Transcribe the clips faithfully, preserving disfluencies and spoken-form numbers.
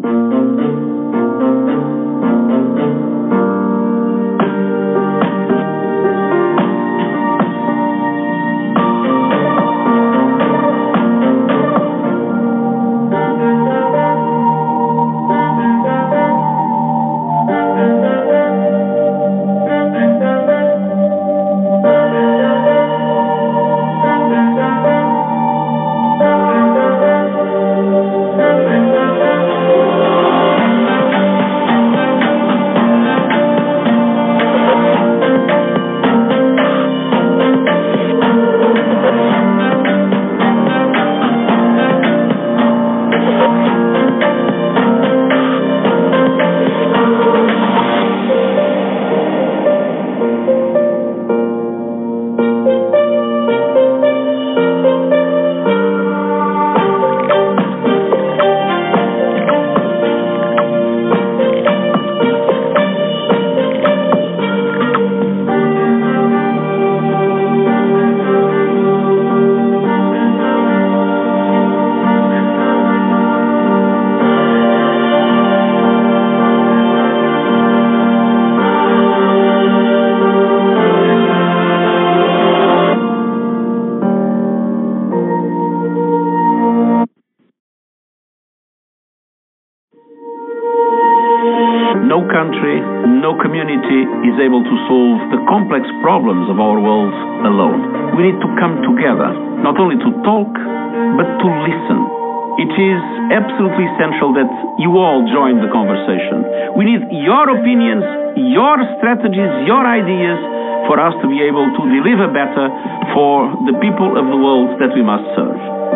No country, no community is able to solve the complex problems of our world alone. We need to come together, not only to talk, but to listen. It is absolutely essential that you all join the conversation. We need your opinions, your strategies, your ideas for us to be able to deliver better for the people of the world that we must serve.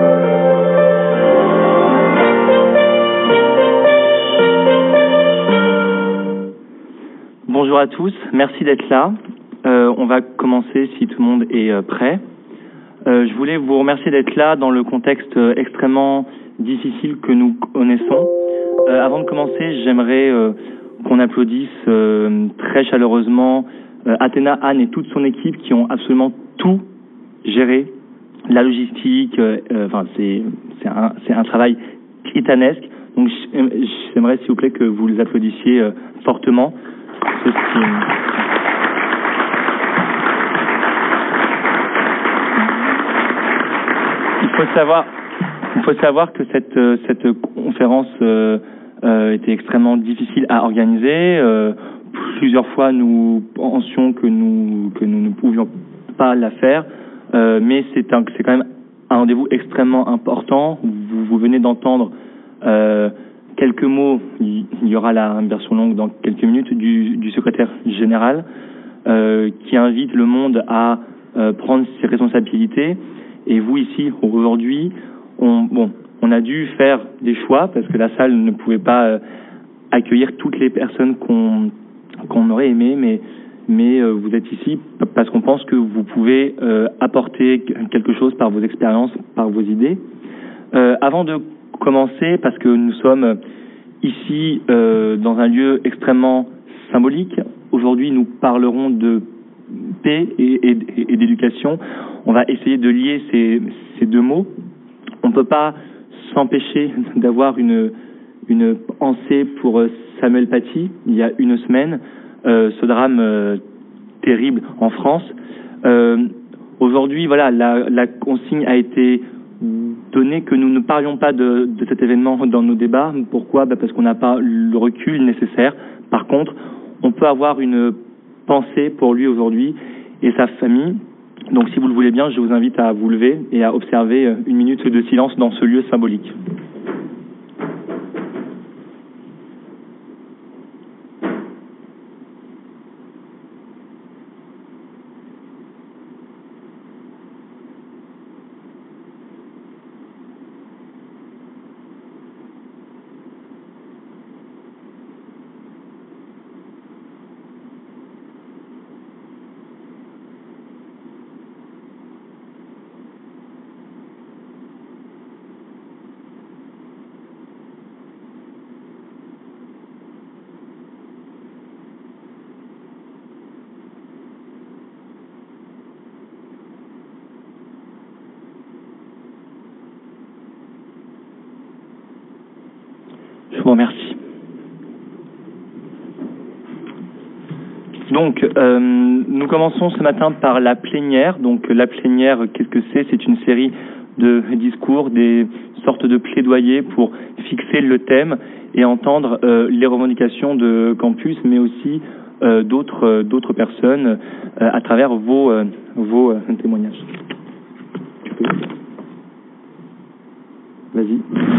Bonjour à tous, merci d'être là. Euh, on va commencer si tout le monde est euh, prêt. Euh, je voulais vous remercier d'être là dans le contexte euh, extrêmement difficile que nous connaissons. Euh, avant de commencer, j'aimerais euh, qu'on applaudisse euh, très chaleureusement euh, Athéna, Anne et toute son équipe qui ont absolument tout géré, la logistique, euh, euh, enfin c'est, c'est, un, c'est un travail titanesque. Donc j'aimerais s'il vous plaît que vous les applaudissiez euh, fortement. Ceci, il faut savoir, il faut savoir que cette, cette conférence euh, euh, était extrêmement difficile à organiser. Euh, plusieurs fois, nous pensions que nous que nous ne pouvions pas la faire, euh, mais c'est un, c'est quand même un rendez-vous extrêmement important. Vous, vous venez d'entendre euh, quelques mots. Il y aura la version longue dans quelques minutes du, du secrétaire général euh, qui invite le monde à euh, prendre ses responsabilités. Et vous ici aujourd'hui, on, bon, on a dû faire des choix parce que la salle ne pouvait pas euh, accueillir toutes les personnes qu'on qu'on aurait aimé, mais mais euh, vous êtes ici parce qu'on pense que vous pouvez euh, apporter quelque chose par vos expériences, par vos idées. Euh, avant de commencer, parce que nous sommes ici euh, dans un lieu extrêmement symbolique. Aujourd'hui, nous parlerons de paix et, et, et d'éducation. On va essayer de lier ces, ces deux mots. On ne peut pas s'empêcher d'avoir une, une pensée pour Samuel Paty, il y a une semaine, euh, ce drame euh, terrible en France. Euh, aujourd'hui, voilà, la, la consigne a été donné que nous ne parlions pas de, de cet événement dans nos débats. Pourquoi ? Ben parce qu'on n'a pas le recul nécessaire. Par contre, on peut avoir une pensée pour lui aujourd'hui et sa famille. Donc si vous le voulez bien, je vous invite à vous lever et à observer une minute de silence dans ce lieu symbolique. Je vous remercie. Donc, euh, nous commençons ce matin par la plénière. Donc, la plénière, qu'est-ce que c'est? C'est une série de discours, des sortes de plaidoyers pour fixer le thème et entendre euh, les revendications de campus, mais aussi euh, d'autres euh, d'autres personnes euh, à travers vos euh, vos euh, témoignages. Tu peux. Vas-y.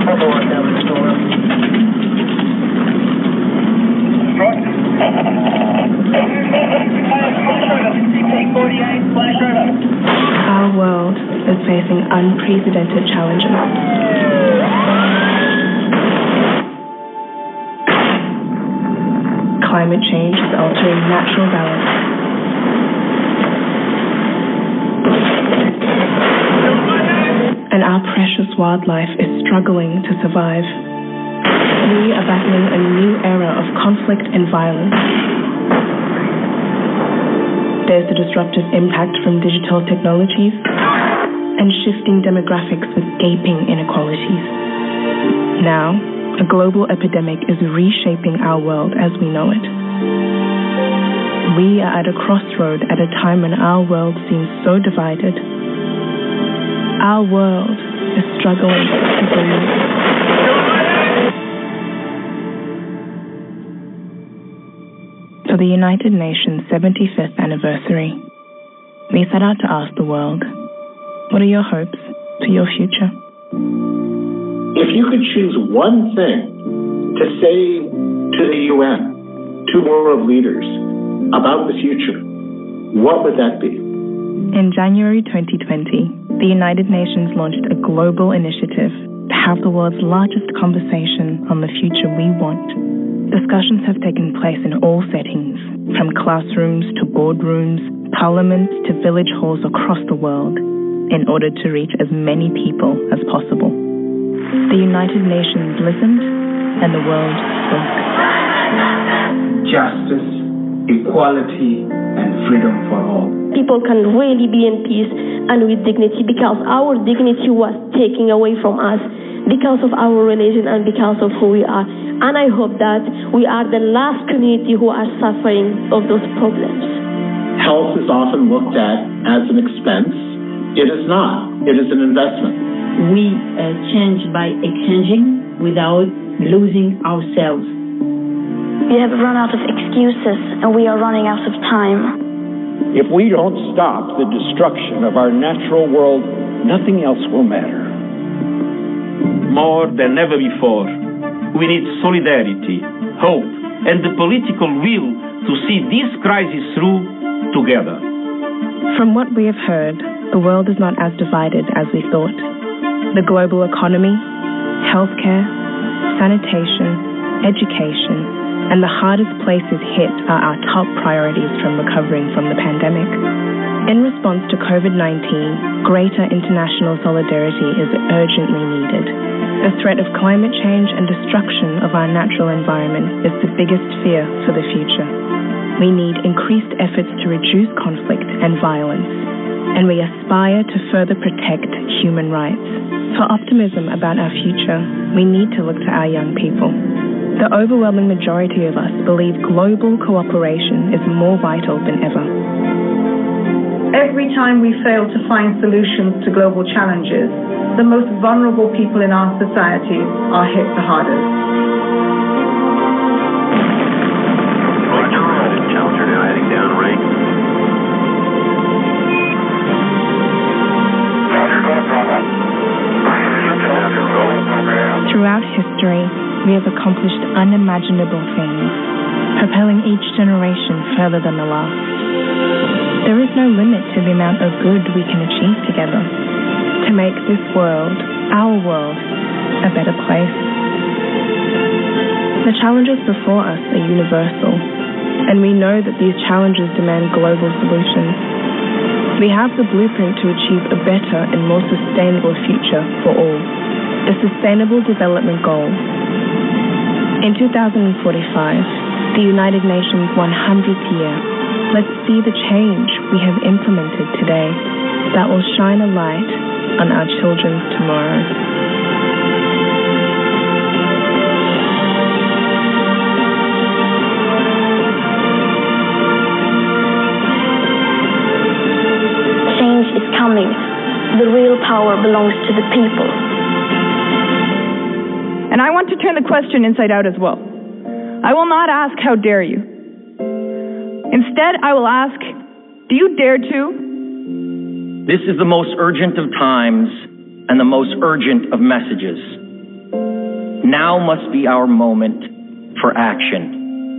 Our world is facing unprecedented challenges. Climate change is altering natural balance. And our precious wildlife is struggling to survive. We are battling a new era of conflict and violence. There's the disruptive impact from digital technologies and shifting demographics with gaping inequalities. Now, a global epidemic is reshaping our world as we know it. We are at a crossroad at a time when our world seems so divided. Our world is struggling to breathe. For the United Nations seventy-fifth anniversary, we set out to ask the world, what are your hopes for your future? If you could choose one thing to say to the U N, to world leaders, about the future, what would that be? In January twenty twenty, the United Nations launched a global initiative to have the world's largest conversation on the future we want. Discussions have taken place in all settings, from classrooms to boardrooms, parliaments to village halls across the world, in order to reach as many people as possible. The United Nations listened, and the world spoke. Justice, equality, and freedom for all. People can really be in peace and with dignity because our dignity was taken away from us because of our religion and because of who we are. And I hope that we are the last community who are suffering of those problems. Health is often looked at as an expense. It is not. It is an investment. We uh, change by exchanging without losing ourselves. We have run out of excuses and we are running out of time. If we don't stop the destruction of our natural world, nothing else will matter. More than ever before, we need solidarity, hope, and the political will to see this crisis through together. From what we have heard, the world is not as divided as we thought. The global economy, healthcare, sanitation, education, and the hardest places hit are our top priorities from recovering from the pandemic. In response to COVID nineteen, greater international solidarity is urgently needed. The threat of climate change and destruction of our natural environment is the biggest fear for the future. We need increased efforts to reduce conflict and violence, and we aspire to further protect human rights. For optimism about our future, we need to look to our young people. The overwhelming majority of us believe global cooperation is more vital than ever. Every time we fail to find solutions to global challenges, the most vulnerable people in our society are hit the hardest. Roger, Challenger now heading down range. Throughout history, we have accomplished unimaginable things, propelling each generation further than the last. There is no limit to the amount of good we can achieve together to make this world, our world, a better place. The challenges before us are universal, and we know that these challenges demand global solutions. We have the blueprint to achieve a better and more sustainable future for all, the Sustainable Development Goals. In two thousand forty-five, the United Nations one hundredth year, let's see the change we have implemented today that will shine a light on our children's tomorrow. belongs to the people. And I want to turn the question inside out as well. I will not ask, how dare you? Instead, I will ask, do you dare to? This is the most urgent of times and the most urgent of messages. Now must be our moment for action.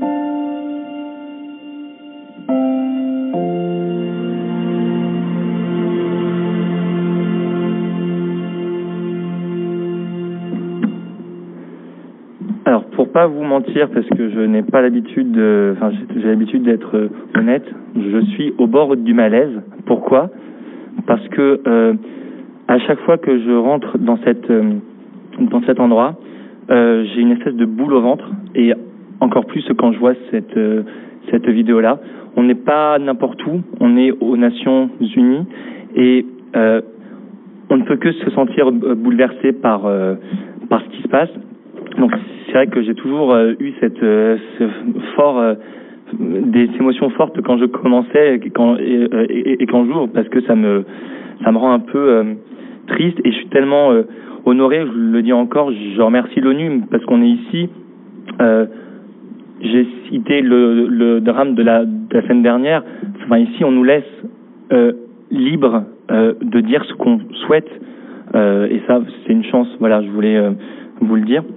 Alors, pour pas vous mentir, parce que je n'ai pas l'habitude de, enfin, j'ai l'habitude d'être honnête, je suis au bord du malaise. Pourquoi? Parce que euh, à chaque fois que je rentre dans cette, euh, dans cet endroit, euh, j'ai une espèce de boule au ventre, et encore plus quand je vois cette, euh, cette vidéo-là. On n'est pas n'importe où, on est aux Nations Unies, et euh, on ne peut que se sentir bouleversé par, euh, par ce qui se passe. Donc c'est vrai que j'ai toujours euh, eu cette euh, ce fort euh, des émotions fortes quand je commençais et quand et, et, et quand j'ouvre, parce que ça me ça me rend un peu euh, triste, et je suis tellement euh, honoré, je le dis encore, je remercie l'ONU parce qu'on est ici. Euh, j'ai cité le, le drame de la, de la semaine dernière. Enfin, ici on nous laisse euh, libres euh, de dire ce qu'on souhaite, euh, et ça c'est une chance. Voilà, je voulais euh, vous le dire.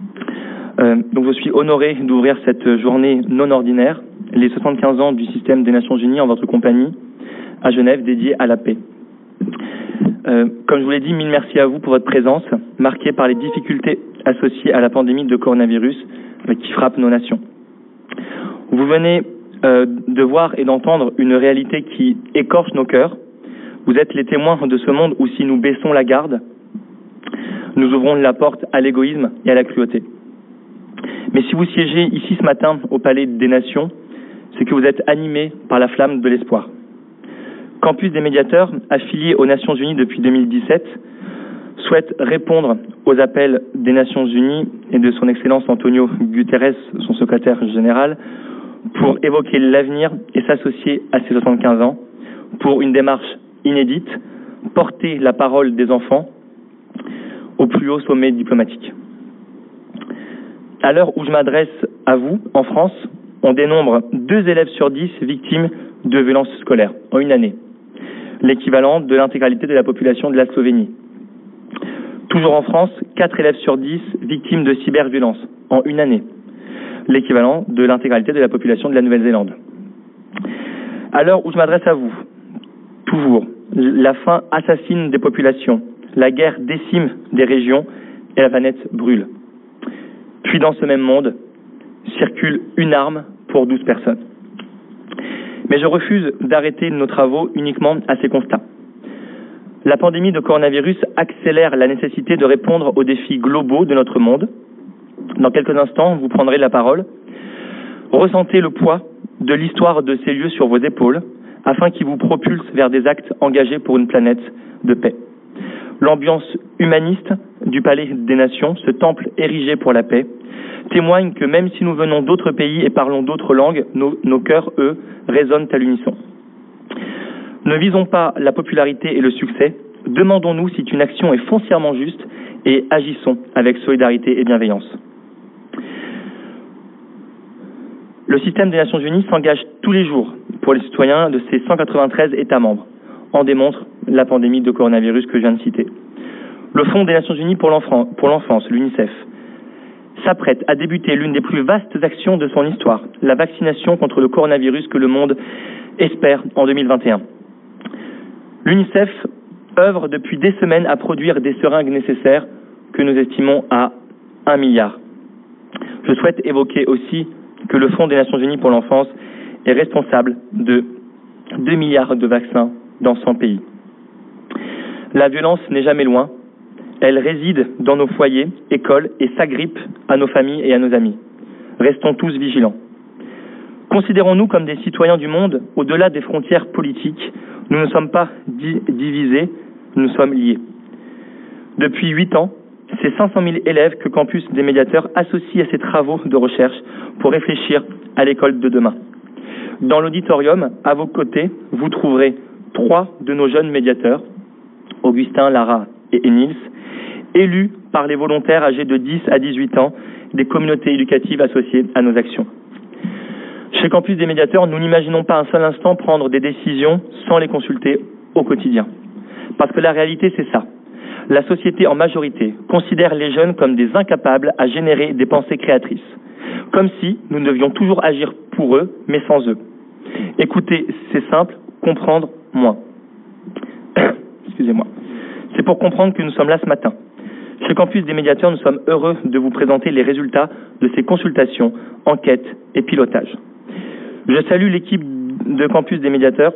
Euh, donc je suis honoré d'ouvrir cette journée non ordinaire, les soixante-quinze ans du système des Nations Unies en votre compagnie, à Genève, dédiée à la paix. Euh, comme je vous l'ai dit, mille merci à vous pour votre présence, marquée par les difficultés associées à la pandémie de coronavirus euh, qui frappe nos nations. Vous venez euh, de voir et d'entendre une réalité qui écorche nos cœurs. Vous êtes les témoins de ce monde où, si nous baissons la garde, nous ouvrons la porte à l'égoïsme et à la cruauté. Mais si vous siégez ici ce matin au Palais des Nations, c'est que vous êtes animés par la flamme de l'espoir. Campus des médiateurs, affilié aux Nations Unies depuis deux mille dix-sept, souhaite répondre aux appels des Nations Unies et de son Excellence Antonio Guterres, son secrétaire général, pour évoquer l'avenir et s'associer à ces soixante-quinze ans pour une démarche inédite, porter la parole des enfants au plus haut sommet diplomatique. À l'heure où je m'adresse à vous, en France, on dénombre deux élèves sur dix victimes de violences scolaires en une année, l'équivalent de l'intégralité de la population de la Slovénie. Toujours en France, quatre élèves sur dix victimes de cyberviolence en une année, l'équivalent de l'intégralité de la population de la Nouvelle-Zélande. À l'heure où je m'adresse à vous, toujours, la faim assassine des populations, la guerre décime des régions et la planète brûle. Puis dans ce même monde, circule une arme pour douze personnes. Mais je refuse d'arrêter nos travaux uniquement à ces constats. La pandémie de coronavirus accélère la nécessité de répondre aux défis globaux de notre monde. Dans quelques instants, vous prendrez la parole. Ressentez le poids de l'histoire de ces lieux sur vos épaules, afin qu'ils vous propulsent vers des actes engagés pour une planète de paix. L'ambiance humaniste du Palais des Nations, ce temple érigé pour la paix, témoigne que même si nous venons d'autres pays et parlons d'autres langues, nos, nos cœurs, eux, résonnent à l'unisson. Ne visons pas la popularité et le succès, demandons-nous si une action est foncièrement juste et agissons avec solidarité et bienveillance. Le système des Nations Unies s'engage tous les jours pour les citoyens de ses cent quatre-vingt-treize États membres. En démontre la pandémie de coronavirus que je viens de citer. Le Fonds des Nations Unies pour l'enfance, l'UNICEF, s'apprête à débuter l'une des plus vastes actions de son histoire, la vaccination contre le coronavirus que le monde espère en deux mille vingt et un. L'UNICEF œuvre depuis des semaines à produire des seringues nécessaires que nous estimons à un milliard. Je souhaite évoquer aussi que le Fonds des Nations Unies pour l'enfance est responsable de deux milliards de vaccins dans cent pays. La violence n'est jamais loin. Elle réside dans nos foyers, écoles et s'agrippe à nos familles et à nos amis. Restons tous vigilants. Considérons-nous comme des citoyens du monde, au-delà des frontières politiques. Nous ne sommes pas di- divisés, nous sommes liés. Depuis huit ans, c'est cinq cent mille élèves que Campus des médiateurs associe à ces travaux de recherche pour réfléchir à l'école de demain. Dans l'auditorium, à vos côtés, vous trouverez trois de nos jeunes médiateurs, Augustin, Lara et Enils, élus par les volontaires âgés de dix à dix-huit ans des communautés éducatives associées à nos actions. Chez Campus des médiateurs, nous n'imaginons pas un seul instant prendre des décisions sans les consulter au quotidien. Parce que la réalité, c'est ça. La société, en majorité, considère les jeunes comme des incapables à générer des pensées créatrices. Comme si nous devions toujours agir pour eux, mais sans eux. Écoutez, c'est simple, comprendre moins. Excusez-moi. C'est pour comprendre que nous sommes là ce matin. Chez Campus des médiateurs, nous sommes heureux de vous présenter les résultats de ces consultations, enquêtes et pilotages. Je salue l'équipe de Campus des médiateurs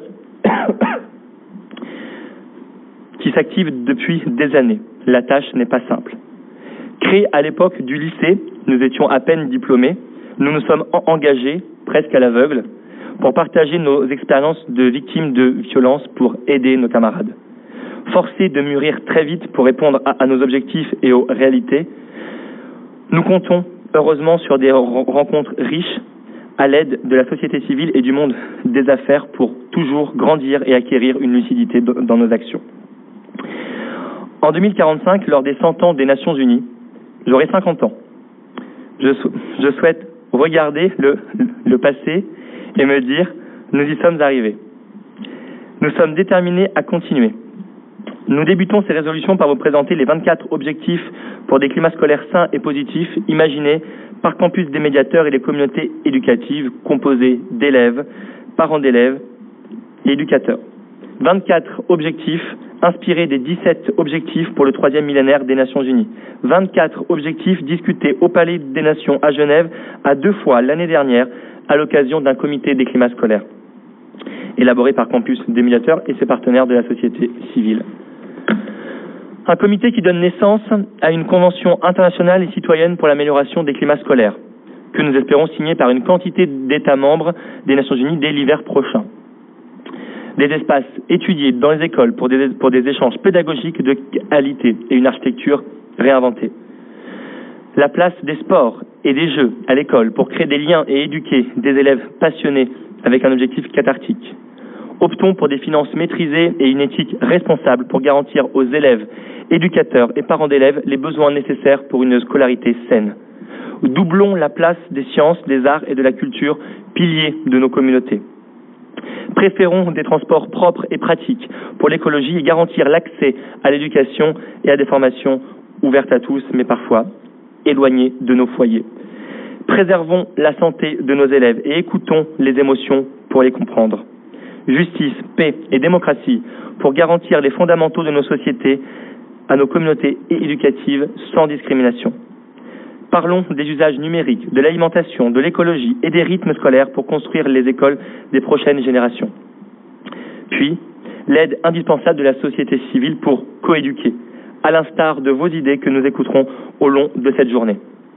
qui s'active depuis des années. La tâche n'est pas simple. Créé à l'époque du lycée, nous étions à peine diplômés, nous nous sommes engagés, presque à l'aveugle, pour partager nos expériences de victimes de violences pour aider nos camarades. Forcés de mûrir très vite pour répondre à, à nos objectifs et aux réalités, nous comptons heureusement sur des rencontres riches à l'aide de la société civile et du monde des affaires pour toujours grandir et acquérir une lucidité dans nos actions. En deux mille quarante-cinq, lors des cent ans des Nations Unies, j'aurai cinquante ans. Je, sou- je souhaite regarder le, le passé et me dire, nous y sommes arrivés. Nous sommes déterminés à continuer. Nous débutons ces résolutions par vous présenter les vingt-quatre objectifs pour des climats scolaires sains et positifs imaginés par Campus des médiateurs et les communautés éducatives composées d'élèves, parents d'élèves et éducateurs. vingt-quatre objectifs inspirés des dix-sept objectifs pour le troisième millénaire des Nations Unies. vingt-quatre objectifs discutés au Palais des Nations à Genève à deux fois l'année dernière à l'occasion d'un comité des climats scolaires, élaboré par Campus des médiateurs et ses partenaires de la société civile. Un comité qui donne naissance à une convention internationale et citoyenne pour l'amélioration des climats scolaires, que nous espérons signer par une quantité d'États membres des Nations Unies dès l'hiver prochain. Des espaces étudiés dans les écoles pour des, pour des échanges pédagogiques de qualité et une architecture réinventée. La place des sports et des jeux à l'école pour créer des liens et éduquer des élèves passionnés avec un objectif cathartique. Optons pour des finances maîtrisées et une éthique responsable pour garantir aux élèves, éducateurs et parents d'élèves les besoins nécessaires pour une scolarité saine. Doublons la place des sciences, des arts et de la culture, piliers de nos communautés. Préférons des transports propres et pratiques pour l'écologie et garantir l'accès à l'éducation et à des formations ouvertes à tous, mais parfois éloignées de nos foyers. Préservons la santé de nos élèves et écoutons les émotions pour les comprendre. Justice, paix et démocratie pour garantir les fondamentaux de nos sociétés à nos communautés éducatives sans discrimination. Parlons des usages numériques, de l'alimentation, de l'écologie et des rythmes scolaires pour construire les écoles des prochaines générations. Puis, l'aide indispensable de la société civile pour coéduquer, à l'instar de vos idées que nous écouterons au long de cette journée.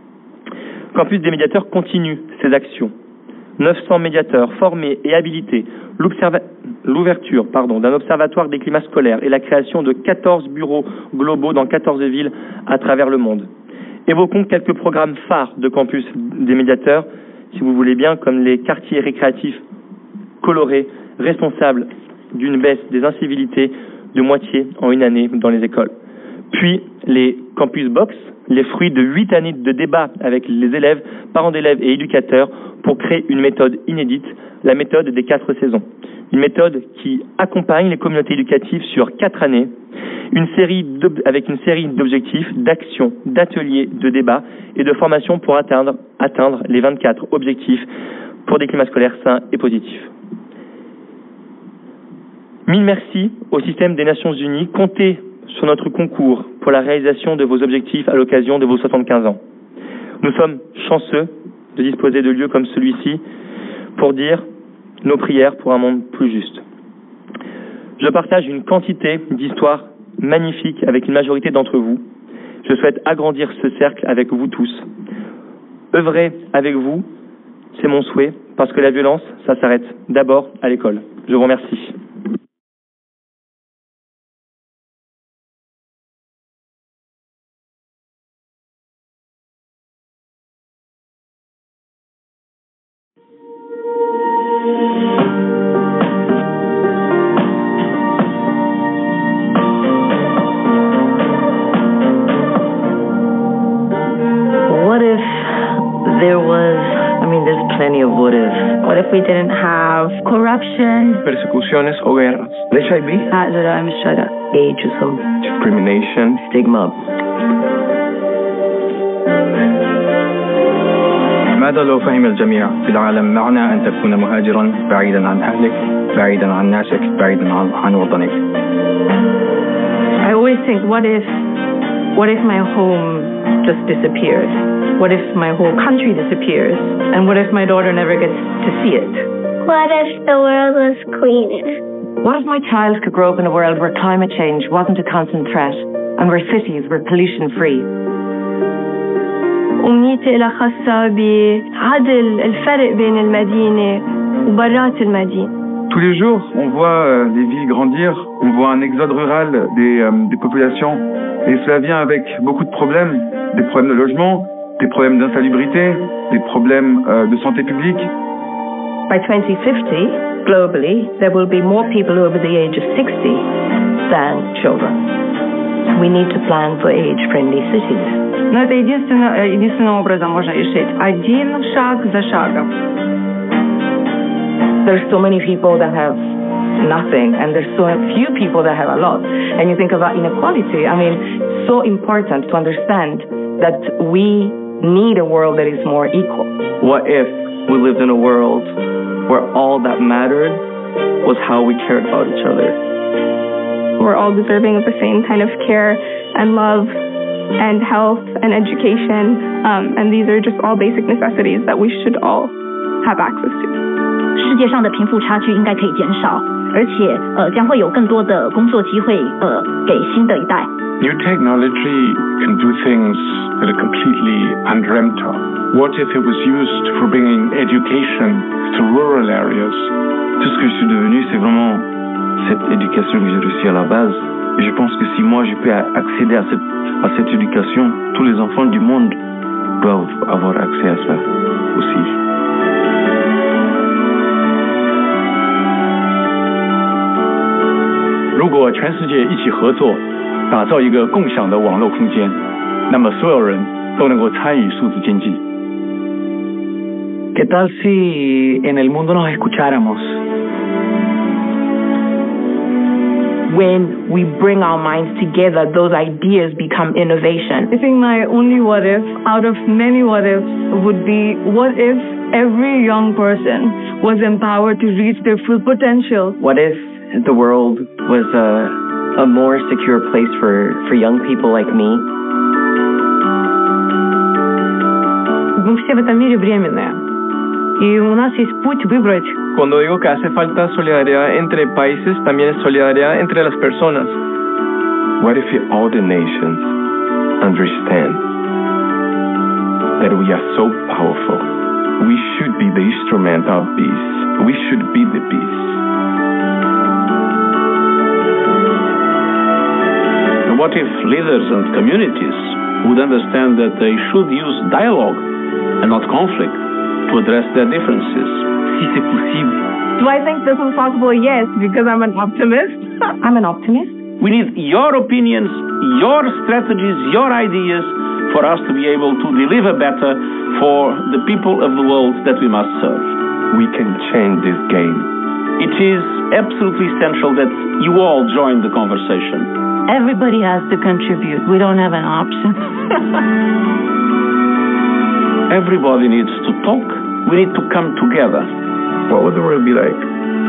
Campus des médiateurs continue ses actions. neuf cents médiateurs formés et habilités, l'ouverture pardon, d'un observatoire des climats scolaires et la création de quatorze bureaux globaux dans quatorze villes à travers le monde. Évoquons quelques programmes phares de Campus des médiateurs, si vous voulez bien, comme les quartiers récréatifs colorés, responsables d'une baisse des incivilités de moitié en une année dans les écoles. Puis les Campus Box, les fruits de huit années de débats avec les élèves, parents d'élèves et éducateurs pour créer une méthode inédite, la méthode des quatre saisons. Une méthode qui accompagne les communautés éducatives sur quatre années, une série avec une série d'objectifs, d'actions, d'ateliers, de débats et de formations pour atteindre, atteindre les vingt-quatre objectifs pour des climats scolaires sains et positifs. Mille merci au système des Nations Unies. Comptez sur notre concours pour la réalisation de vos objectifs à l'occasion de vos soixante-quinze ans. Nous sommes chanceux de disposer de lieux comme celui-ci pour dire nos prières pour un monde plus juste. Je partage une quantité d'histoires magnifiques avec une majorité d'entre vous. Je souhaite agrandir ce cercle avec vous tous. Œuvrer avec vous, c'est mon souhait, parce que la violence, ça s'arrête d'abord à l'école. Je vous remercie. there was, I mean, there's plenty of what if. What if we didn't have corruption, persecuciones o guerras, H I V, ageism, discrimination, stigma. ماذا لو فهم الجميع في العالم معنى أن تكون مهاجرا بعيدا عن أهلك، بعيدا عن ناسك، بعيدا عن, عن وطنك؟ I always think, what if, what if my home just disappears? What if my whole country disappears? And what if my daughter never gets to see it? What if the world was cleaner? What if my child could grow up in a world where climate change wasn't a constant threat and where cities were pollution-free? أمنيتي لها خاصة بعدل الفرق بين المدينة وبرات المدينة. Tous les jours, on voit euh, les villes grandir, on voit un exode rural des, euh, des populations, et cela vient avec beaucoup de problèmes, des problèmes de logement, des problèmes d'insalubrité, des problèmes euh, de santé publique. By twenty fifty, globally, there will be more people over the age of sixty than children. We need to plan for age-friendly cities. Но это единственно, единственным образом можно решить. Один шаг за шагом. There's so many people that have nothing, and there's so few people that have a lot. And you think about inequality. I mean, it's so important to understand that we need a world that is more equal. What if we lived in a world where all that mattered was how we cared about each other? We're all deserving of the same kind of care and love and health and education, um, and these are just all basic necessities that we should all have access to. 世界上的贫富差距应该可以减少，而且呃将会有更多的工作机会呃给新的一代。 New technology can do things that are completely undreamt of. What if it was used for bringing education to rural areas? Tout ce que je suis devenu, c'est vraiment cette éducation que j'ai reçue à la base. Et je pense que si moi je peux accéder à cette, à cette éducation, tous les enfants du monde doivent avoir accès à ça aussi. Si 如果全世界一起合作，打造一个共享的网络空间，那么所有人都能够参与数字经济。 ¿Qué tal si en el mundo nos escucháramos? When we bring our minds together, those ideas become innovation. I think my only what if, out of many what ifs, would be what if every young person was empowered to reach their full potential? What if the world was a, a more secure place for, for young people like me? Мы все в этом мире временные, и у нас есть путь выбрать. Cuando digo que hace falta solidaridad entre países, también es solidaridad entre las personas. What if all the nations understand that we are so powerful? We should be the instrument of peace. We should be the peace. And what if leaders and communities would understand that they should use dialogue and not conflict to address their differences? Si c'est possible. Do I think this is possible? Yes, because I'm an optimist. I'm an optimist. We need your opinions, your strategies, your ideas for us to be able to deliver better for the people of the world that we must serve. We can change this game. It is absolutely essential that you all join the conversation. Everybody has to contribute. We don't have an option. Everybody needs to talk. We need to come together. What would the world be like?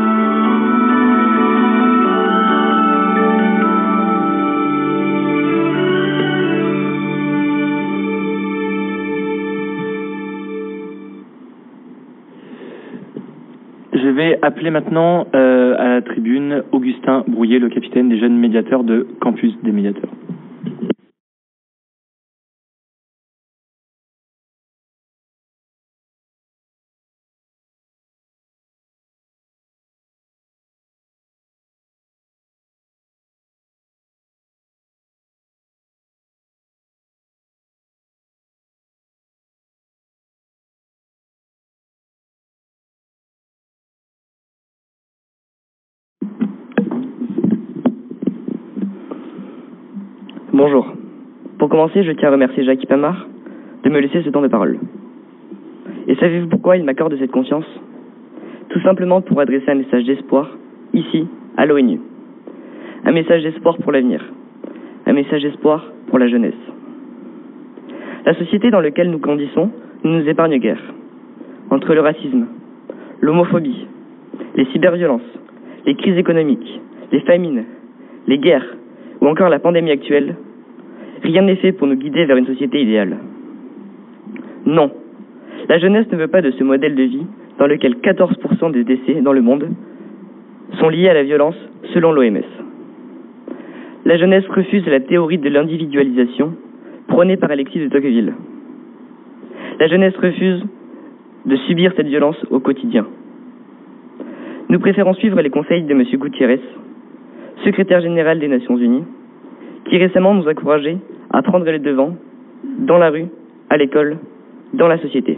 Je vais appeler maintenant euh, à la tribune Augustin Brouillet, le capitaine des jeunes médiateurs de Campus des médiateurs. Bonjour. Pour commencer, je tiens à remercier Jacques Pamard de me laisser ce temps de parole. Et savez-vous pourquoi il m'accorde cette confiance? Tout simplement pour adresser un message d'espoir, ici, à l'ONU. Un message d'espoir pour l'avenir. Un message d'espoir pour la jeunesse. La société dans laquelle nous grandissons ne nous épargne guère. Entre le racisme, l'homophobie, les cyberviolences, les crises économiques, les famines, les guerres ou encore la pandémie actuelle, rien n'est fait pour nous guider vers une société idéale. Non, la jeunesse ne veut pas de ce modèle de vie dans lequel quatorze pour cent des décès dans le monde sont liés à la violence selon l'O M S. La jeunesse refuse la théorie de l'individualisation prônée par Alexis de Tocqueville. La jeunesse refuse de subir cette violence au quotidien. Nous préférons suivre les conseils de M. Gutiérrez, secrétaire général des Nations Unies, qui récemment nous encourageait à prendre les devants dans la rue, à l'école, dans la société.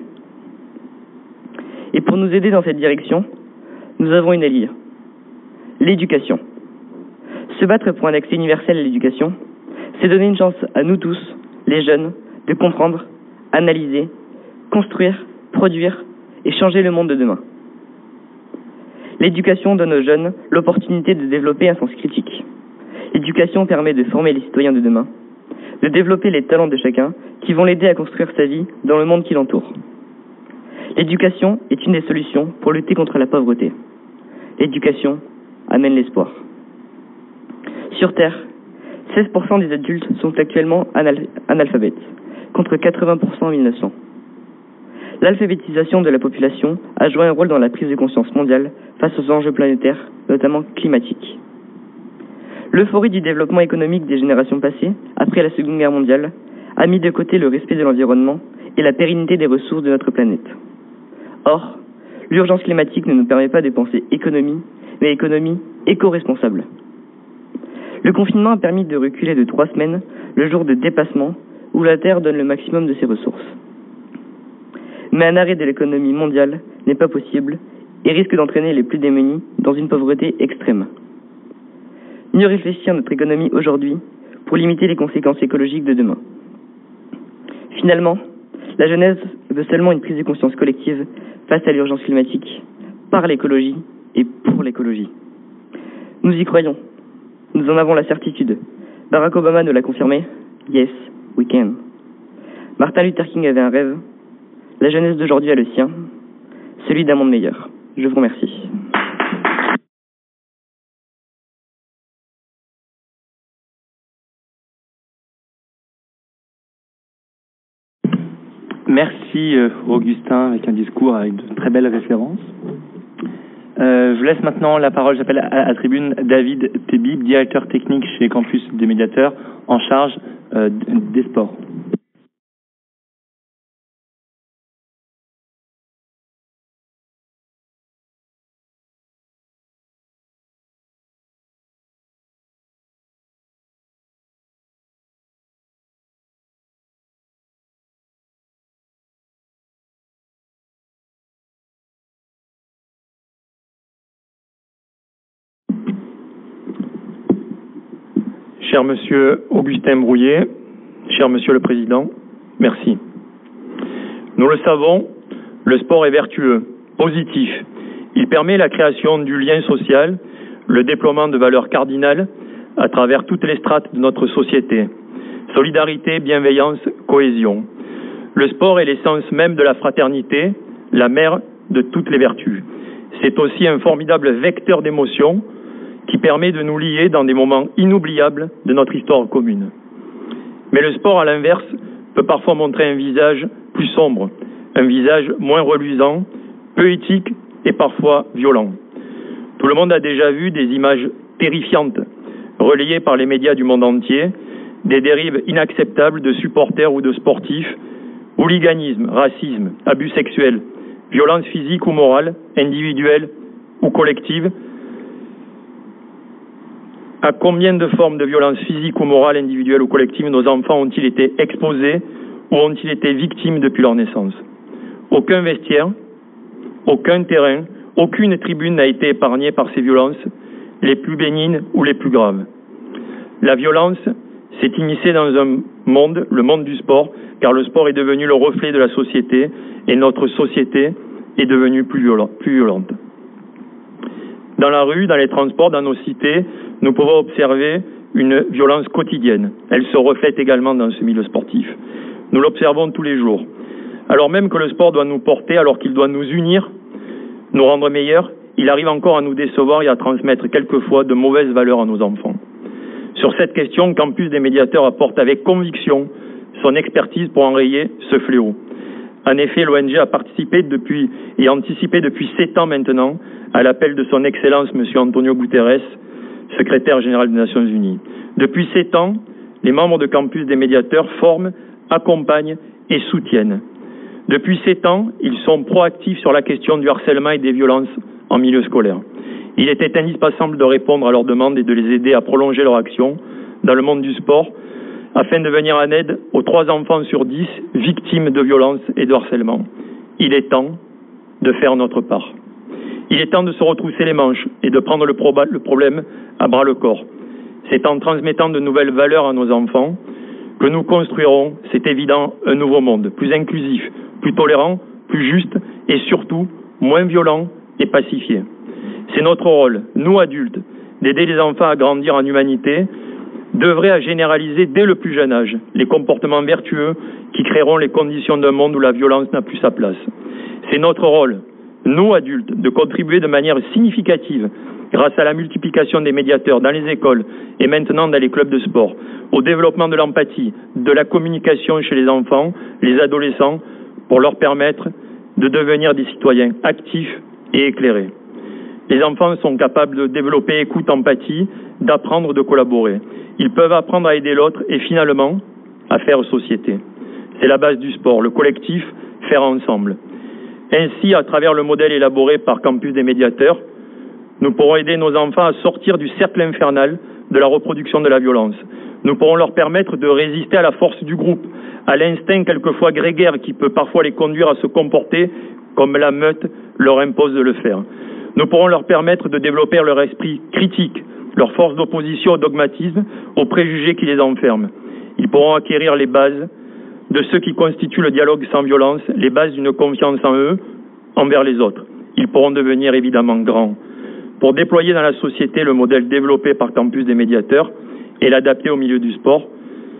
Et pour nous aider dans cette direction, nous avons une alliée, l'éducation. Se battre pour un accès universel à l'éducation, c'est donner une chance à nous tous, les jeunes, de comprendre, analyser, construire, produire et changer le monde de demain. L'éducation donne aux jeunes l'opportunité de développer un sens critique. L'éducation permet de former les citoyens de demain, de développer les talents de chacun qui vont l'aider à construire sa vie dans le monde qui l'entoure. L'éducation est une des solutions pour lutter contre la pauvreté. L'éducation amène l'espoir. Sur Terre, seize pour cent des adultes sont actuellement anal- analphabètes, contre quatre-vingts pour cent en mille neuf cents. L'alphabétisation de la population a joué un rôle dans la prise de conscience mondiale face aux enjeux planétaires, notamment climatiques. L'euphorie du développement économique des générations passées, après la Seconde Guerre mondiale, a mis de côté le respect de l'environnement et la pérennité des ressources de notre planète. Or, l'urgence climatique ne nous permet pas de penser économie, mais économie éco-responsable. Le confinement a permis de reculer de trois semaines le jour de dépassement où la Terre donne le maximum de ses ressources. Mais un arrêt de l'économie mondiale n'est pas possible et risque d'entraîner les plus démunis dans une pauvreté extrême. Mieux réfléchir notre économie aujourd'hui pour limiter les conséquences écologiques de demain. Finalement, la jeunesse veut seulement une prise de conscience collective face à l'urgence climatique, par l'écologie et pour l'écologie. Nous y croyons. Nous en avons la certitude. Barack Obama nous l'a confirmé. Yes, we can. Martin Luther King avait un rêve. La jeunesse d'aujourd'hui a le sien, celui d'un monde meilleur. Je vous remercie. Merci euh, Augustin, avec un discours avec de très belles références. Euh, je laisse maintenant la parole, j'appelle à la tribune David Tebib, directeur technique chez Campus des Médiateurs, en charge euh, des sports. Cher Monsieur Augustin Brouillet, cher Monsieur le Président, merci. Nous le savons, le sport est vertueux, positif. Il permet la création du lien social, le déploiement de valeurs cardinales à travers toutes les strates de notre société. Solidarité, bienveillance, cohésion. Le sport est l'essence même de la fraternité, la mère de toutes les vertus. C'est aussi un formidable vecteur d'émotion qui permet de nous lier dans des moments inoubliables de notre histoire commune. Mais le sport, à l'inverse, peut parfois montrer un visage plus sombre, un visage moins reluisant, peu éthique et parfois violent. Tout le monde a déjà vu des images terrifiantes, relayées par les médias du monde entier, des dérives inacceptables de supporters ou de sportifs, hooliganisme, racisme, abus sexuels, violences physiques ou morales, individuelles ou collectives. À combien de formes de violences physiques ou morales, individuelles ou collectives, nos enfants ont-ils été exposés ou ont-ils été victimes depuis leur naissance? Aucun vestiaire, aucun terrain, aucune tribune n'a été épargnée par ces violences, les plus bénignes ou les plus graves. La violence, C'est immiscer dans un monde, le monde du sport, car le sport est devenu le reflet de la société et notre société est devenue plus violente. Plus violente. Dans la rue, dans les transports, dans nos cités, nous pouvons observer une violence quotidienne. Elle se reflète également dans ce milieu sportif. Nous l'observons tous les jours. Alors même que le sport doit nous porter, alors qu'il doit nous unir, nous rendre meilleurs, il arrive encore à nous décevoir et à transmettre quelquefois de mauvaises valeurs à nos enfants. Sur cette question, Campus des médiateurs apporte avec conviction son expertise pour enrayer ce fléau. En effet, l'O N G a participé depuis et anticipé depuis sept ans maintenant à l'appel de son Excellence M. Antonio Guterres, secrétaire général des Nations Unies. Depuis sept ans, les membres de Campus des médiateurs forment, accompagnent et soutiennent. Depuis sept ans, ils sont proactifs sur la question du harcèlement et des violences en milieu scolaire. Il était indispensable de répondre à leurs demandes et de les aider à prolonger leur action dans le monde du sport afin de venir en aide aux trois enfants sur dix victimes de violences et de harcèlement. Il est temps de faire notre part. Il est temps de se retrousser les manches et de prendre le, le problème à bras-le-corps. C'est en transmettant de nouvelles valeurs à nos enfants que nous construirons, c'est évident, un nouveau monde, plus inclusif, plus tolérant, plus juste et surtout moins violent et pacifié. C'est notre rôle, nous adultes, d'aider les enfants à grandir en humanité, d'œuvrer à généraliser dès le plus jeune âge les comportements vertueux qui créeront les conditions d'un monde où la violence n'a plus sa place. C'est notre rôle, nous adultes, de contribuer de manière significative, grâce à la multiplication des médiateurs dans les écoles et maintenant dans les clubs de sport, au développement de l'empathie, de la communication chez les enfants, les adolescents, pour leur permettre de devenir des citoyens actifs et éclairés. Les enfants sont capables de développer écoute, empathie, d'apprendre, de collaborer. Ils peuvent apprendre à aider l'autre et finalement à faire société. C'est la base du sport, le collectif, faire ensemble. Ainsi, à travers le modèle élaboré par Campus des médiateurs, nous pourrons aider nos enfants à sortir du cercle infernal de la reproduction de la violence. Nous pourrons leur permettre de résister à la force du groupe, à l'instinct quelquefois grégaire qui peut parfois les conduire à se comporter comme la meute leur impose de le faire. Nous pourrons leur permettre de développer leur esprit critique, leur force d'opposition au dogmatisme, aux préjugés qui les enferment. Ils pourront acquérir les bases de ce qui constitue le dialogue sans violence, les bases d'une confiance en eux, envers les autres. Ils pourront devenir évidemment grands. Pour déployer dans la société le modèle développé par Campus des médiateurs et l'adapter au milieu du sport,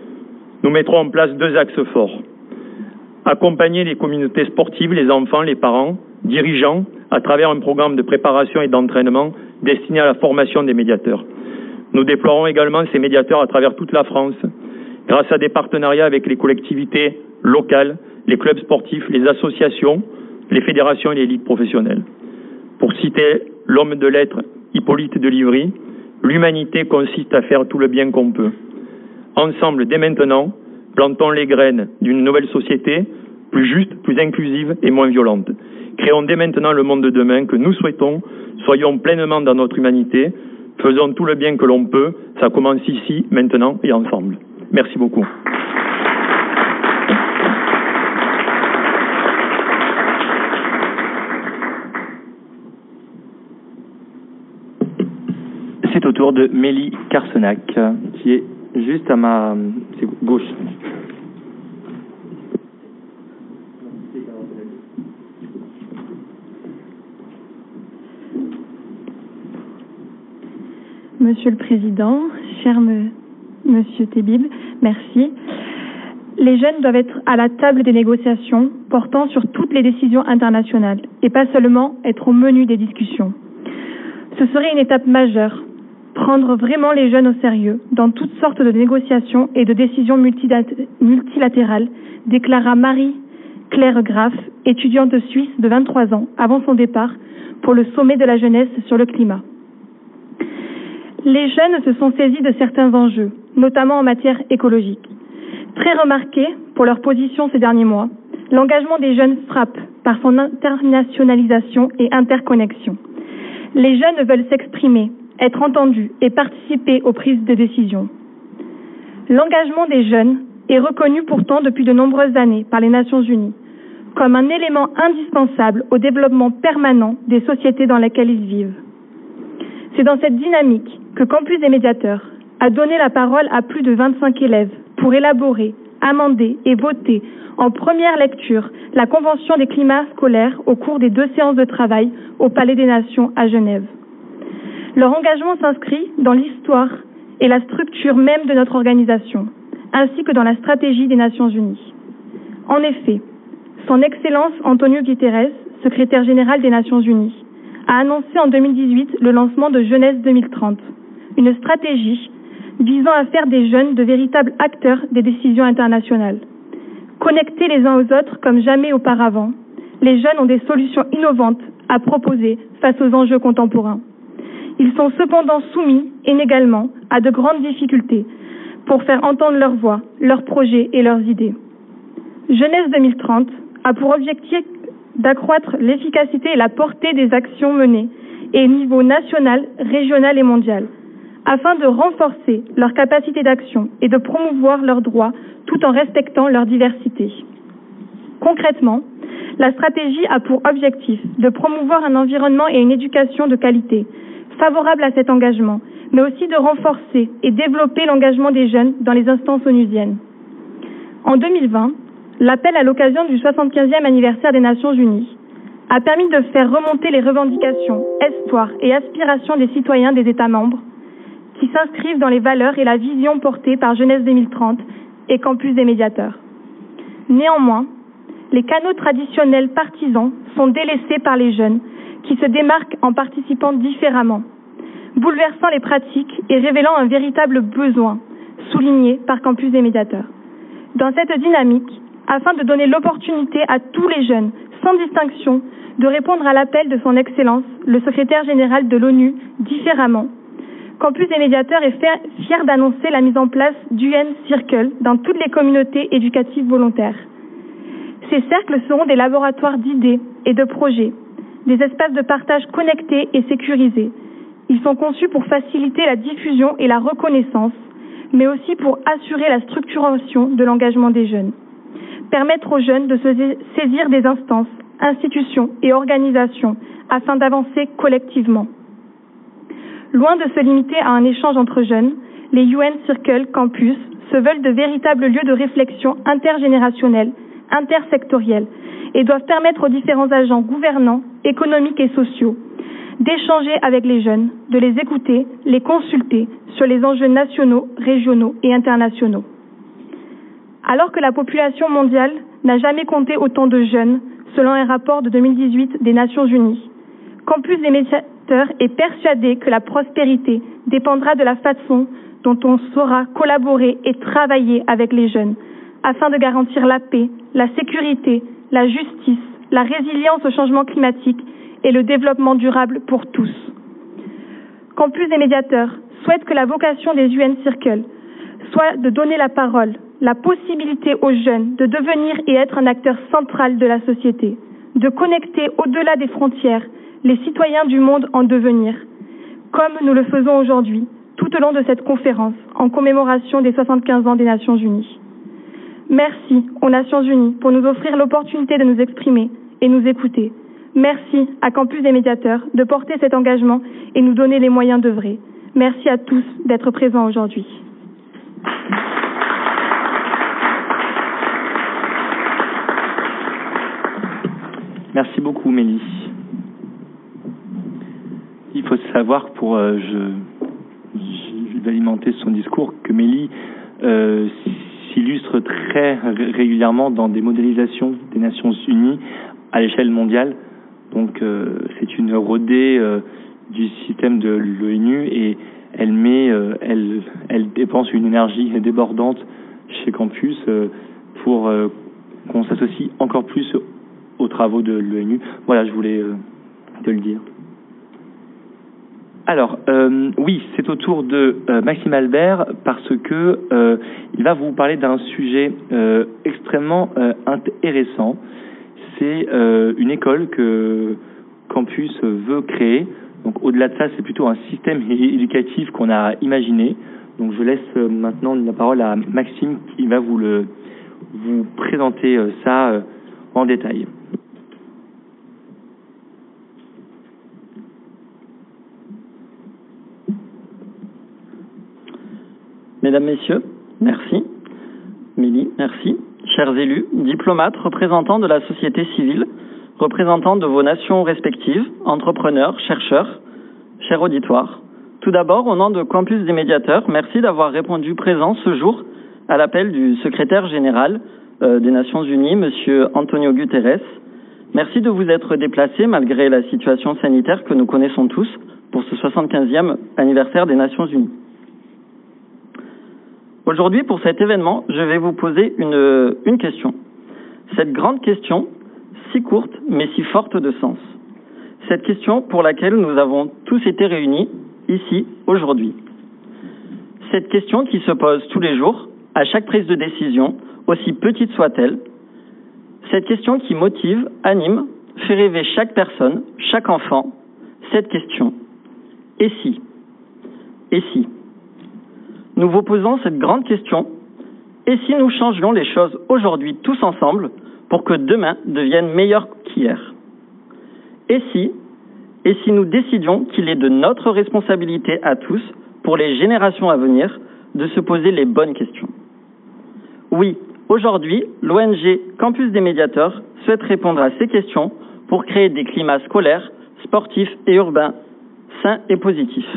nous mettrons en place deux axes forts. Accompagner les communautés sportives, les enfants, les parents, dirigeants, à travers un programme de préparation et d'entraînement destiné à la formation des médiateurs. Nous déploierons également ces médiateurs à travers toute la France, grâce à des partenariats avec les collectivités locales, les clubs sportifs, les associations, les fédérations et les ligues professionnelles. Pour citer l'homme de lettres Hippolyte de Livry, l'humanité consiste à faire tout le bien qu'on peut. Ensemble, dès maintenant, plantons les graines d'une nouvelle société, plus juste, plus inclusive et moins violente. Créons dès maintenant le monde de demain que nous souhaitons, soyons pleinement dans notre humanité, faisons tout le bien que l'on peut, ça commence ici, maintenant et ensemble. Merci beaucoup. C'est au tour de Mélie Carsenac, qui est juste à ma gauche. Monsieur le Président, cher me, Monsieur Tebib, merci. Les jeunes doivent être à la table des négociations portant sur toutes les décisions internationales et pas seulement être au menu des discussions. Ce serait une étape majeure, prendre vraiment les jeunes au sérieux dans toutes sortes de négociations et de décisions multilatérales, déclara Marie-Claire Graff, étudiante suisse de vingt-trois ans, avant son départ pour le sommet de la jeunesse sur le climat. Les jeunes se sont saisis de certains enjeux, notamment en matière écologique. Très remarqués pour leur position ces derniers mois, l'engagement des jeunes frappe par son internationalisation et interconnexion. Les jeunes veulent s'exprimer, être entendus et participer aux prises de décision. L'engagement des jeunes est reconnu pourtant depuis de nombreuses années par les Nations Unies comme un élément indispensable au développement permanent des sociétés dans lesquelles ils vivent. C'est dans cette dynamique que Campus des médiateurs, a donné la parole à plus de vingt-cinq élèves pour élaborer, amender et voter en première lecture la Convention des climats scolaires au cours des deux séances de travail au Palais des Nations à Genève. Leur engagement s'inscrit dans l'histoire et la structure même de notre organisation, ainsi que dans la stratégie des Nations Unies. En effet, Son Excellence Antonio Guterres, secrétaire général des Nations Unies, a annoncé en deux mille dix-huit le lancement de Jeunesse deux mille trente, une stratégie visant à faire des jeunes de véritables acteurs des décisions internationales. Connectés les uns aux autres comme jamais auparavant, les jeunes ont des solutions innovantes à proposer face aux enjeux contemporains. Ils sont cependant soumis inégalement à de grandes difficultés pour faire entendre leur voix, leurs projets et leurs idées. Jeunesse deux mille trente a pour objectif d'accroître l'efficacité et la portée des actions menées et au niveau national, régional et mondial, afin de renforcer leur capacité d'action et de promouvoir leurs droits tout en respectant leur diversité. Concrètement, la stratégie a pour objectif de promouvoir un environnement et une éducation de qualité, favorable à cet engagement, mais aussi de renforcer et développer l'engagement des jeunes dans les instances onusiennes. En deux mille vingt, l'appel à l'occasion du soixante-quinzième anniversaire des Nations Unies a permis de faire remonter les revendications, espoirs et aspirations des citoyens des États membres qui s'inscrivent dans les valeurs et la vision portée par Jeunesse deux mille trente et Campus des médiateurs. Néanmoins, les canaux traditionnels partisans sont délaissés par les jeunes qui se démarquent en participant différemment, bouleversant les pratiques et révélant un véritable besoin, souligné par Campus des médiateurs. Dans cette dynamique, afin de donner l'opportunité à tous les jeunes, sans distinction, de répondre à l'appel de son Excellence, le secrétaire général de l'ONU, différemment, Campus des médiateurs est fier d'annoncer la mise en place d'U N Circle dans toutes les communautés éducatives volontaires. Ces cercles seront des laboratoires d'idées et de projets, des espaces de partage connectés et sécurisés. Ils sont conçus pour faciliter la diffusion et la reconnaissance, mais aussi pour assurer la structuration de l'engagement des jeunes. Permettre aux jeunes de se saisir des instances, institutions et organisations afin d'avancer collectivement. Loin de se limiter à un échange entre jeunes, les U N Circle Campus se veulent de véritables lieux de réflexion intergénérationnelle, intersectorielle, et doivent permettre aux différents agents gouvernants, économiques et sociaux d'échanger avec les jeunes, de les écouter, les consulter sur les enjeux nationaux, régionaux et internationaux. Alors que la population mondiale n'a jamais compté autant de jeunes, selon un rapport de deux mille dix-huit des Nations Unies, Campus des médiateurs est persuadé que la prospérité dépendra de la façon dont on saura collaborer et travailler avec les jeunes, afin de garantir la paix, la sécurité, la justice, la résilience au changement climatique et le développement durable pour tous. Campus des médiateurs souhaite que la vocation des U N Circle soit de donner la parole, la possibilité aux jeunes de devenir et être un acteur central de la société, de connecter au-delà des frontières les citoyens du monde en devenir, comme nous le faisons aujourd'hui, tout au long de cette conférence en commémoration des soixante-quinze ans des Nations Unies. Merci aux Nations Unies pour nous offrir l'opportunité de nous exprimer et nous écouter. Merci à Campus des médiateurs de porter cet engagement et nous donner les moyens d'œuvrer. Merci à tous d'être présents aujourd'hui. Merci beaucoup, Mélie. Il faut savoir, pour euh, je, je vais alimenter son discours, que Mélie euh, s'illustre très régulièrement dans des modélisations des Nations Unies à l'échelle mondiale. Donc, euh, c'est une rodée euh, du système de l'ONU et elle met, euh, elle, elle dépense une énergie débordante chez Campus euh, pour euh, qu'on s'associe encore plus aux travaux de l'ONU. Voilà, je voulais euh, te le dire. Alors, euh, oui, c'est au tour de euh, Maxime Albert parce que euh, il va vous parler d'un sujet euh, extrêmement euh, intéressant. C'est euh, une école que Campus veut créer. Donc, au-delà de ça, c'est plutôt un système éducatif qu'on a imaginé. Donc, je laisse euh, maintenant la parole à Maxime qui va vous le vous présenter euh, ça euh, en détail. Mesdames, Messieurs, merci. Mélie, merci. Chers élus, diplomates, représentants de la société civile, représentants de vos nations respectives, entrepreneurs, chercheurs, chers auditoires. Tout d'abord, au nom de Campus des médiateurs, merci d'avoir répondu présent ce jour à l'appel du secrétaire général euh, des Nations Unies, Monsieur Antonio Guterres. Merci de vous être déplacé malgré la situation sanitaire que nous connaissons tous pour ce soixante-quinzième anniversaire des Nations Unies. Aujourd'hui, pour cet événement, je vais vous poser une, une question. Cette grande question, si courte mais si forte de sens. Cette question pour laquelle nous avons tous été réunis ici, aujourd'hui. Cette question qui se pose tous les jours, à chaque prise de décision, aussi petite soit-elle. Cette question qui motive, anime, fait rêver chaque personne, chaque enfant. Cette question. Et si? Et si? Nous vous posons cette grande question. Et si nous changions les choses aujourd'hui tous ensemble pour que demain devienne meilleur qu'hier? Et si, et si nous décidions qu'il est de notre responsabilité à tous, pour les générations à venir, de se poser les bonnes questions? Oui, aujourd'hui, l'O N G Campus des médiateurs souhaite répondre à ces questions pour créer des climats scolaires, sportifs et urbains sains et positifs.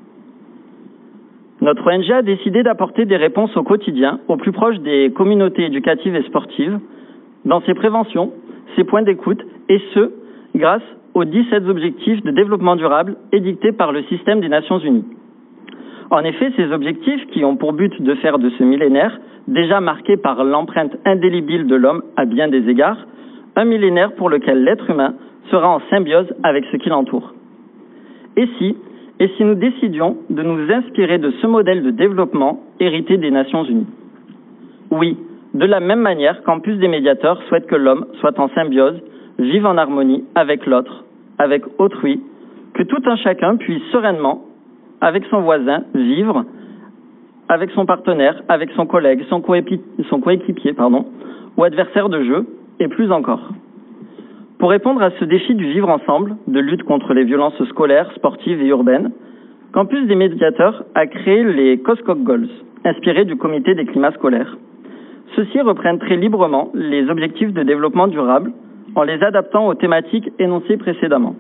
Notre O N G a décidé d'apporter des réponses au quotidien, au plus proche des communautés éducatives et sportives, dans ses préventions, ses points d'écoute, et ce, grâce aux dix-sept objectifs de développement durable édictés par le système des Nations Unies. En effet, ces objectifs, qui ont pour but de faire de ce millénaire, déjà marqué par l'empreinte indélébile de l'homme à bien des égards, un millénaire pour lequel l'être humain sera en symbiose avec ce qui l'entoure. Et si, et si nous décidions de nous inspirer de ce modèle de développement hérité des Nations Unies? Oui, de la même manière, Campus des médiateurs souhaite que l'homme soit en symbiose, vive en harmonie avec l'autre, avec autrui, que tout un chacun puisse sereinement, avec son voisin, vivre, avec son partenaire, avec son collègue, son coépi- son coéquipier, pardon, ou adversaire de jeu, et plus encore. Pour répondre à ce défi du vivre ensemble, de lutte contre les violences scolaires, sportives et urbaines, Campus des médiateurs a créé les COSCOC Goals, inspirés du comité des climats scolaires. Ceux-ci reprennent très librement les objectifs de développement durable en les adaptant aux thématiques énoncées précédemment.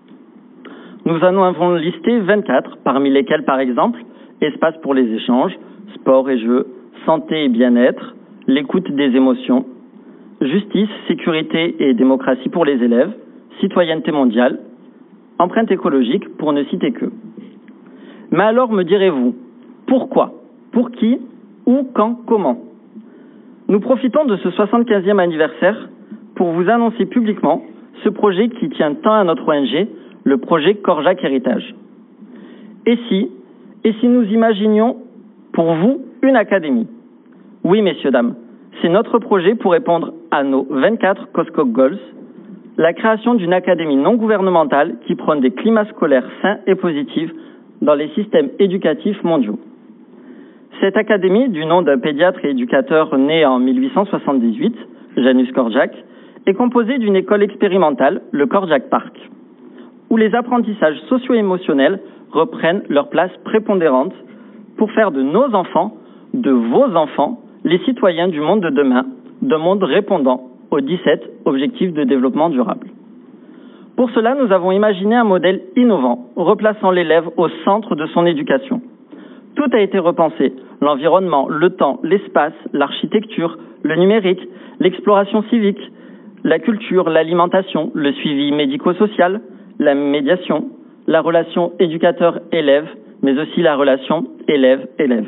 Nous en avons listé vingt-quatre, parmi lesquels par exemple, espace pour les échanges, sport et jeux, santé et bien-être, l'écoute des émotions, justice, sécurité et démocratie pour les élèves, citoyenneté mondiale, empreinte écologique, pour ne citer que. Mais alors, me direz-vous, pourquoi? Pour qui? Où? Quand? Comment? Nous profitons de ce soixante-quinzième anniversaire pour vous annoncer publiquement ce projet qui tient tant à notre O N G, le projet Korjak Héritage. Et si, et si nous imaginions pour vous une académie? Oui, messieurs, dames, c'est notre projet pour répondre à nos vingt-quatre COSCOC Goals, la création d'une académie non gouvernementale qui prône des climats scolaires sains et positifs dans les systèmes éducatifs mondiaux. Cette académie, du nom d'un pédiatre et éducateur né en mille huit cent soixante-dix-huit, Janusz Korczak, est composée d'une école expérimentale, le Korczak Park, où les apprentissages socio-émotionnels reprennent leur place prépondérante pour faire de nos enfants, de vos enfants, les citoyens du monde de demain, d'un monde répondant aux dix-sept objectifs de développement durable. Pour cela, nous avons imaginé un modèle innovant, replaçant l'élève au centre de son éducation. Tout a été repensé, l'environnement, le temps, l'espace, l'architecture, le numérique, l'exploration civique, la culture, l'alimentation, le suivi médico-social, la médiation, la relation éducateur-élève, mais aussi la relation élève-élève.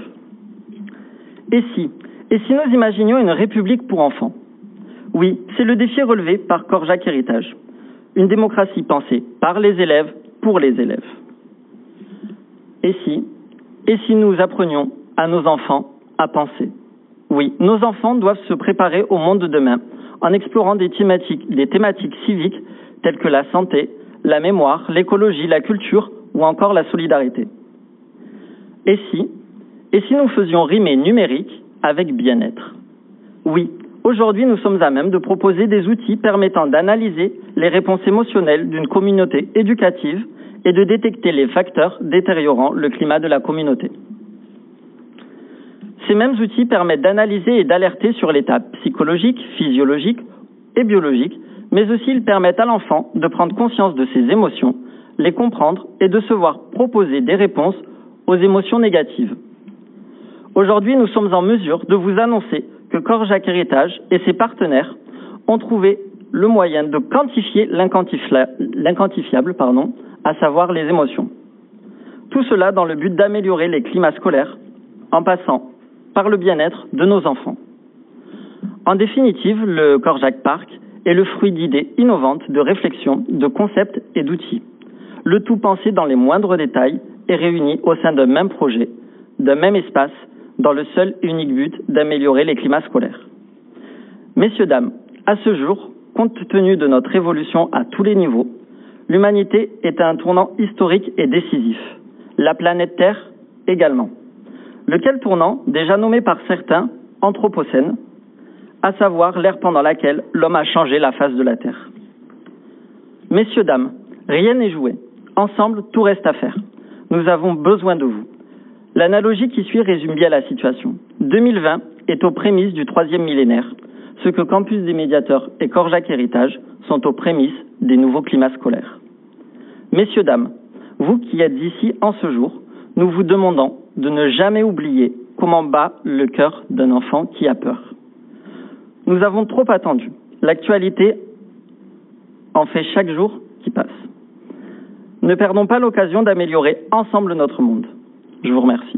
Et si, et si nous imaginions une république pour enfants? Oui, c'est le défi relevé par Korjak Héritage. Une démocratie pensée par les élèves, pour les élèves. Et si, et si nous apprenions à nos enfants à penser? Oui, nos enfants doivent se préparer au monde de demain en explorant des thématiques, des thématiques civiques telles que la santé, la mémoire, l'écologie, la culture ou encore la solidarité. Et si, et si nous faisions rimer numérique avec bien-être? Oui, aujourd'hui nous sommes à même de proposer des outils permettant d'analyser les réponses émotionnelles d'une communauté éducative et de détecter les facteurs détériorant le climat de la communauté. Ces mêmes outils permettent d'analyser et d'alerter sur l'état psychologique, physiologique et biologique, mais aussi ils permettent à l'enfant de prendre conscience de ses émotions, les comprendre et de se voir proposer des réponses aux émotions négatives. Aujourd'hui, nous sommes en mesure de vous annoncer que Corps-Jacques Héritage et ses partenaires ont trouvé le moyen de quantifier l'inquantifiable, pardon, à savoir les émotions. Tout cela dans le but d'améliorer les climats scolaires en passant par le bien-être de nos enfants. En définitive, le Corps-Jacques Parc est le fruit d'idées innovantes, de réflexions, de concepts et d'outils. Le tout pensé dans les moindres détails et réuni au sein d'un même projet, d'un même espace, dans le seul et unique but d'améliorer les climats scolaires. Messieurs, dames, à ce jour, compte tenu de notre évolution à tous les niveaux, l'humanité est à un tournant historique et décisif. La planète Terre également. Lequel tournant, déjà nommé par certains Anthropocène, à savoir l'ère pendant laquelle l'homme a changé la face de la Terre. Messieurs, dames, rien n'est joué. Ensemble, tout reste à faire. Nous avons besoin de vous. L'analogie qui suit résume bien la situation. deux mille vingt est aux prémices du troisième millénaire, ce que Campus des médiateurs et Corps-Jacques Héritage sont aux prémices des nouveaux climats scolaires. Messieurs, dames, vous qui êtes ici en ce jour, nous vous demandons de ne jamais oublier comment bat le cœur d'un enfant qui a peur. Nous avons trop attendu. L'actualité en fait chaque jour qui passe. Ne perdons pas l'occasion d'améliorer ensemble notre monde. Je vous remercie.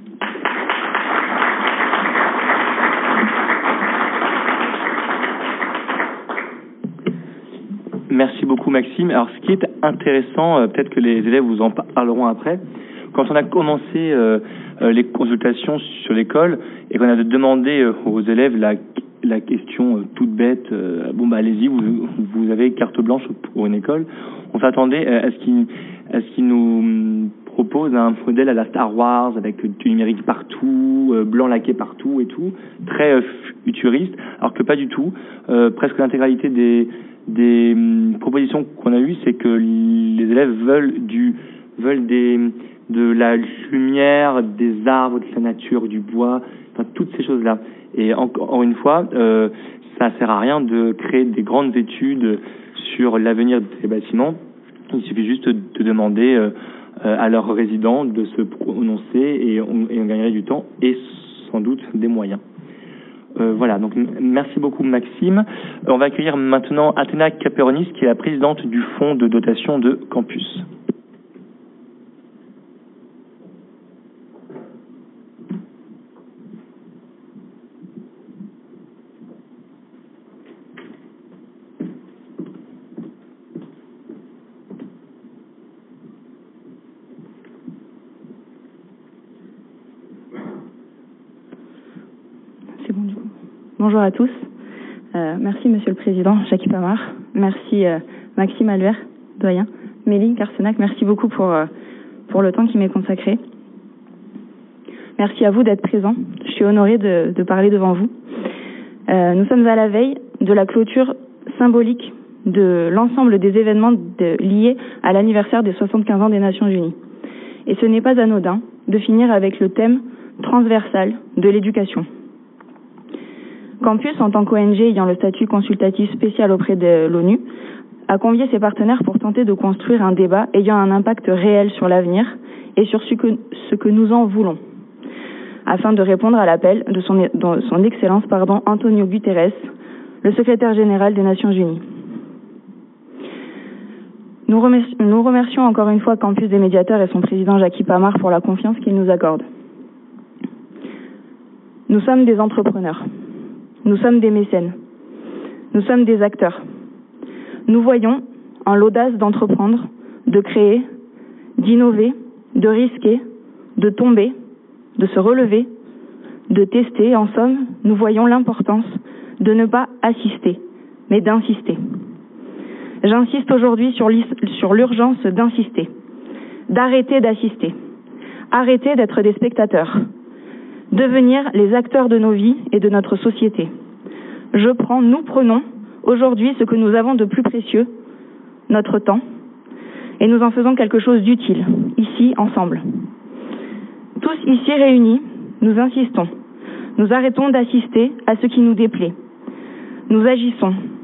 Merci beaucoup Maxime. Alors ce qui est intéressant, euh, peut-être que les élèves vous en parleront après, quand on a commencé euh, euh, les consultations sur l'école et qu'on a demandé euh, aux élèves la, la question euh, toute bête, euh, bon bah allez-y, vous, vous avez carte blanche pour une école, on s'attendait à ce qu'ils à ce qu'ils nous proposent un modèle à la Star Wars avec du numérique partout, euh, blanc laqué partout et tout, très euh, futuriste, alors que pas du tout. Euh, presque l'intégralité des des hum, propositions qu'on a eues, c'est que les élèves veulent du veulent des de la lumière, des arbres, de la nature, du bois, enfin toutes ces choses-là. Et encore une fois, euh, ça sert à rien de créer des grandes études sur l'avenir des bâtiments. Il suffit juste de demander euh, à leurs résidents de se prononcer et on, et on gagnerait du temps et sans doute des moyens. Euh, voilà, donc merci beaucoup Maxime. Euh, on va accueillir maintenant Athéna Caperonis, qui est la présidente du fonds de dotation de campus. Bonjour à tous. Euh, merci Monsieur le Président Jacques Pamard. Merci euh, Maxime Albert, doyen. Mélie Carsenac, merci beaucoup pour, euh, pour le temps qui m'est consacré. Merci à vous d'être présents. Je suis honorée de, de parler devant vous. Euh, nous sommes à la veille de la clôture symbolique de l'ensemble des événements de, liés à l'anniversaire des soixante-quinze ans des Nations Unies. Et ce n'est pas anodin de finir avec le thème transversal de l'éducation. Campus, en tant qu'O N G ayant le statut consultatif spécial auprès de l'ONU, a convié ses partenaires pour tenter de construire un débat ayant un impact réel sur l'avenir et sur ce que, ce que nous en voulons, afin de répondre à l'appel de son, de son Excellence pardon, Antonio Guterres, le secrétaire général des Nations Unies. Nous remercions, nous remercions encore une fois Campus des médiateurs et son président Jacques Pamard pour la confiance qu'il nous accorde. Nous sommes des entrepreneurs. Nous sommes des mécènes. Nous sommes des acteurs. Nous voyons en l'audace d'entreprendre, de créer, d'innover, de risquer, de tomber, de se relever, de tester. En somme, nous voyons l'importance de ne pas assister, mais d'insister. J'insiste aujourd'hui sur l'urgence d'insister, d'arrêter d'assister, arrêter d'être des spectateurs, devenir les acteurs de nos vies et de notre société. Je prends, nous prenons aujourd'hui ce que nous avons de plus précieux, notre temps, et nous en faisons quelque chose d'utile, ici, ensemble. Tous ici réunis, nous insistons Nous arrêtons d'assister à ce qui nous déplaît. Nous agissons.